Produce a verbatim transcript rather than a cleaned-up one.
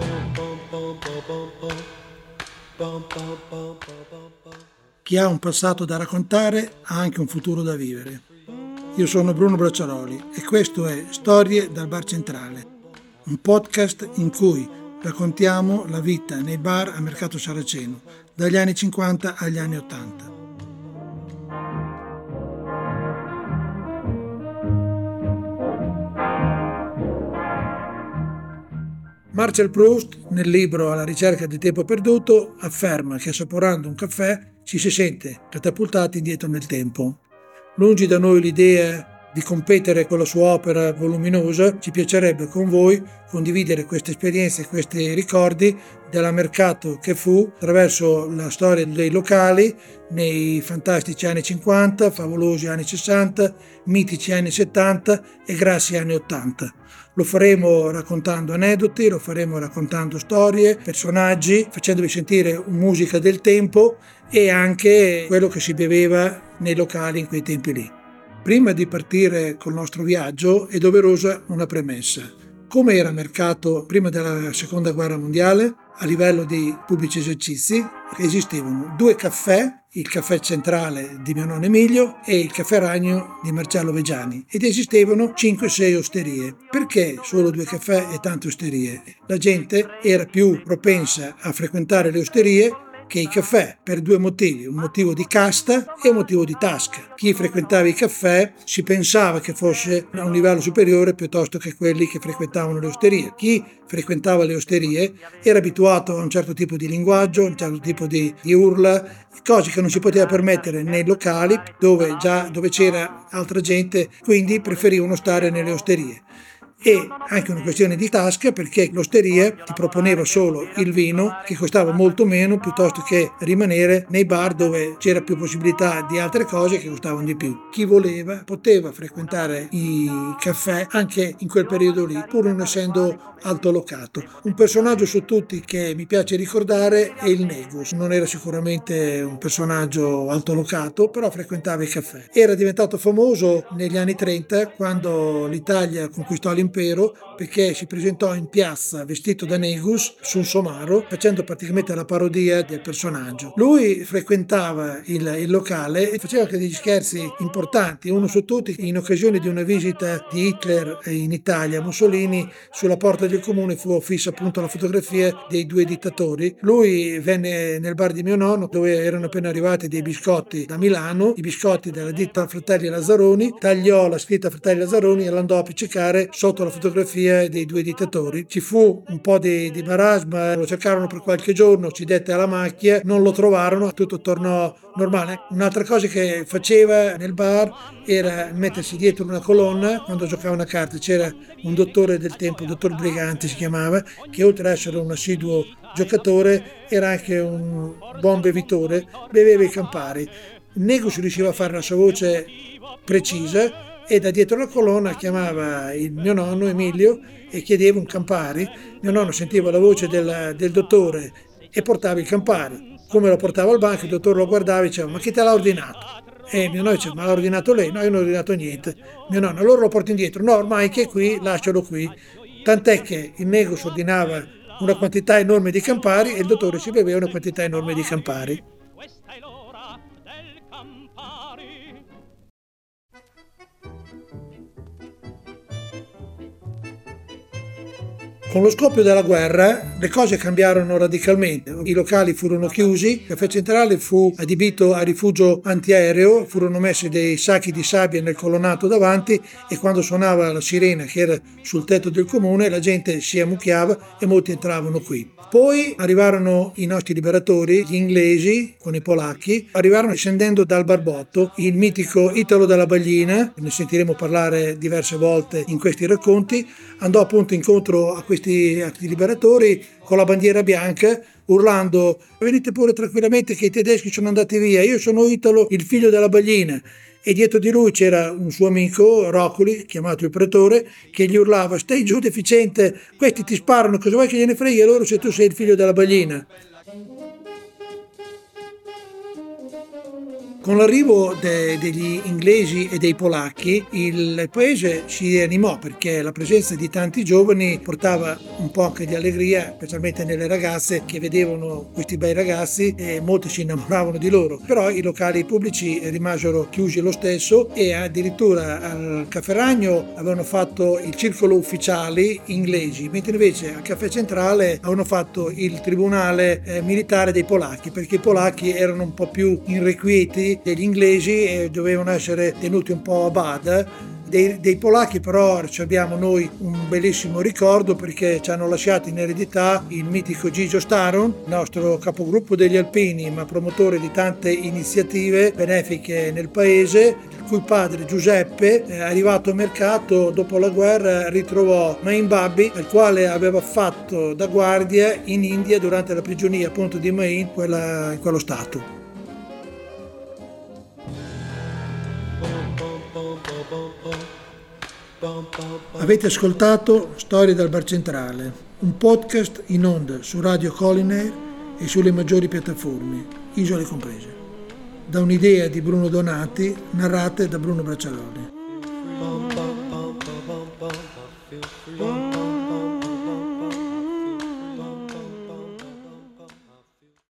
Chi ha un passato da raccontare ha anche un futuro da vivere. Io sono Bruno Bracciaroli e questo è Storie dal Bar Centrale, un podcast in cui raccontiamo la vita nei bar a Mercato Saraceno, dagli anni cinquanta agli anni ottanta. Marcel Proust, nel libro Alla ricerca del tempo perduto, afferma che assaporando un caffè ci si sente catapultati indietro nel tempo. Lungi da noi l'idea di competere con la sua opera voluminosa, ci piacerebbe con voi condividere queste esperienze e questi ricordi della Mercato che fu attraverso la storia dei locali nei fantastici anni cinquanta, favolosi anni sessanta, mitici anni settanta e grassi anni ottanta. Lo faremo raccontando aneddoti, lo faremo raccontando storie, personaggi, facendovi sentire musica del tempo e anche quello che si beveva nei locali in quei tempi lì. Prima di partire col nostro viaggio è doverosa una premessa. Come era Mercato prima della seconda guerra mondiale? A livello di pubblici esercizi esistevano due caffè, il caffè centrale di mio nonno Emilio e il caffè Ragno di Marcello Vegiani, ed esistevano cinque sei osterie. Perché solo due caffè e tante osterie? La gente era più propensa a frequentare le osterie che i caffè, per due motivi, un motivo di casta e un motivo di tasca. Chi frequentava i caffè si pensava che fosse a un livello superiore piuttosto che quelli che frequentavano le osterie. Chi frequentava le osterie era abituato a un certo tipo di linguaggio, a un certo tipo di, di urla, cose che non si poteva permettere nei locali dove già dove c'era altra gente, quindi preferivano stare nelle osterie. E anche una questione di tasca, perché l'osteria ti proponeva solo il vino che costava molto meno piuttosto che rimanere nei bar dove c'era più possibilità di altre cose che costavano di più. Chi voleva poteva frequentare i caffè anche in quel periodo lì, pur non essendo altolocato. Un personaggio su tutti che mi piace ricordare è il Negus. Non era sicuramente un personaggio altolocato, però frequentava i caffè. Era diventato famoso negli anni trenta quando l'Italia conquistò l'impero, perché si presentò in piazza vestito da Negus su un somaro facendo praticamente la parodia del personaggio. Lui frequentava il, il locale e faceva anche degli scherzi importanti, uno su tutti in occasione di una visita di Hitler in Italia. Mussolini, sulla porta del comune fu affissa appunto la fotografia dei due dittatori. Lui venne nel bar di mio nonno dove erano appena arrivati dei biscotti da Milano, i biscotti della ditta Fratelli Lazzaroni, tagliò la scritta Fratelli Lazzaroni e l'andò a appiccicare sotto la fotografia dei due dittatori. Ci fu un po' di, di marasma, lo cercarono per qualche giorno, ci dette alla macchia, non lo trovarono, tutto tornò normale. Un'altra cosa che faceva nel bar era mettersi dietro una colonna quando giocavano a carte. C'era un dottore del tempo, il dottor Briganti si chiamava, che oltre ad essere un assiduo giocatore era anche un buon bevitore, beveva i Campari. Negus riusciva a fare la sua voce precisa e da dietro la colonna chiamava il mio nonno Emilio e chiedeva un Campari. Mio nonno sentiva la voce del, del dottore e portava il Campari. Come lo portava al banco, il dottore lo guardava e diceva: ma chi te l'ha ordinato? E mio nonno diceva: ma l'ha ordinato lei? No, io non ho ordinato niente. Mio nonno: allora lo porti indietro. No, ormai che è qui, lascialo qui. Tant'è che il Negus ordinava una quantità enorme di Campari e il dottore si beveva una quantità enorme di Campari. Con lo scoppio della guerra le cose cambiarono radicalmente. I locali furono chiusi, il caffè centrale fu adibito a rifugio antiaereo, furono messi dei sacchi di sabbia nel colonnato davanti e quando suonava la sirena che era sul tetto del comune la gente si ammucchiava e molti entravano qui. Poi arrivarono i nostri liberatori, gli inglesi con i polacchi, arrivarono scendendo dal Barbotto, il mitico Italo della Baglina, ne sentiremo parlare diverse volte in questi racconti, andò appunto incontro a questi, a questi liberatori con la bandiera bianca urlando: venite pure tranquillamente che i tedeschi sono andati via, io sono Italo, il figlio della Baglina. E dietro di lui c'era un suo amico, Roccoli, chiamato il pretore, che gli urlava: stai giù deficiente, questi ti sparano, cosa vuoi che gliene freghi loro se tu sei il figlio della Baglina? Con l'arrivo de, degli inglesi e dei polacchi il paese si animò, perché la presenza di tanti giovani portava un po' anche di allegria, specialmente nelle ragazze che vedevano questi bei ragazzi e molti si innamoravano di loro. Però i locali pubblici rimasero chiusi lo stesso e addirittura al Caffè Ragno avevano fatto il circolo ufficiali inglesi, mentre invece al Caffè Centrale avevano fatto il tribunale eh, militare dei polacchi, perché i polacchi erano un po' più irrequieti degli inglesi e dovevano essere tenuti un po' a bada. Dei, dei polacchi però ci abbiamo noi un bellissimo ricordo, perché ci hanno lasciato in eredità il mitico Gigio Staron, nostro capogruppo degli alpini ma promotore di tante iniziative benefiche nel paese, il cui padre Giuseppe, eh, arrivato a mercato dopo la guerra, ritrovò Main Babbi, al quale aveva fatto da guardia in India durante la prigionia appunto di Main, quella, in quello stato. Avete ascoltato Storie dal Bar Centrale, un podcast in onda su Radio Collinaire e sulle maggiori piattaforme, isole comprese, da un'idea di Bruno Donati, narrate da Bruno Braccialoni.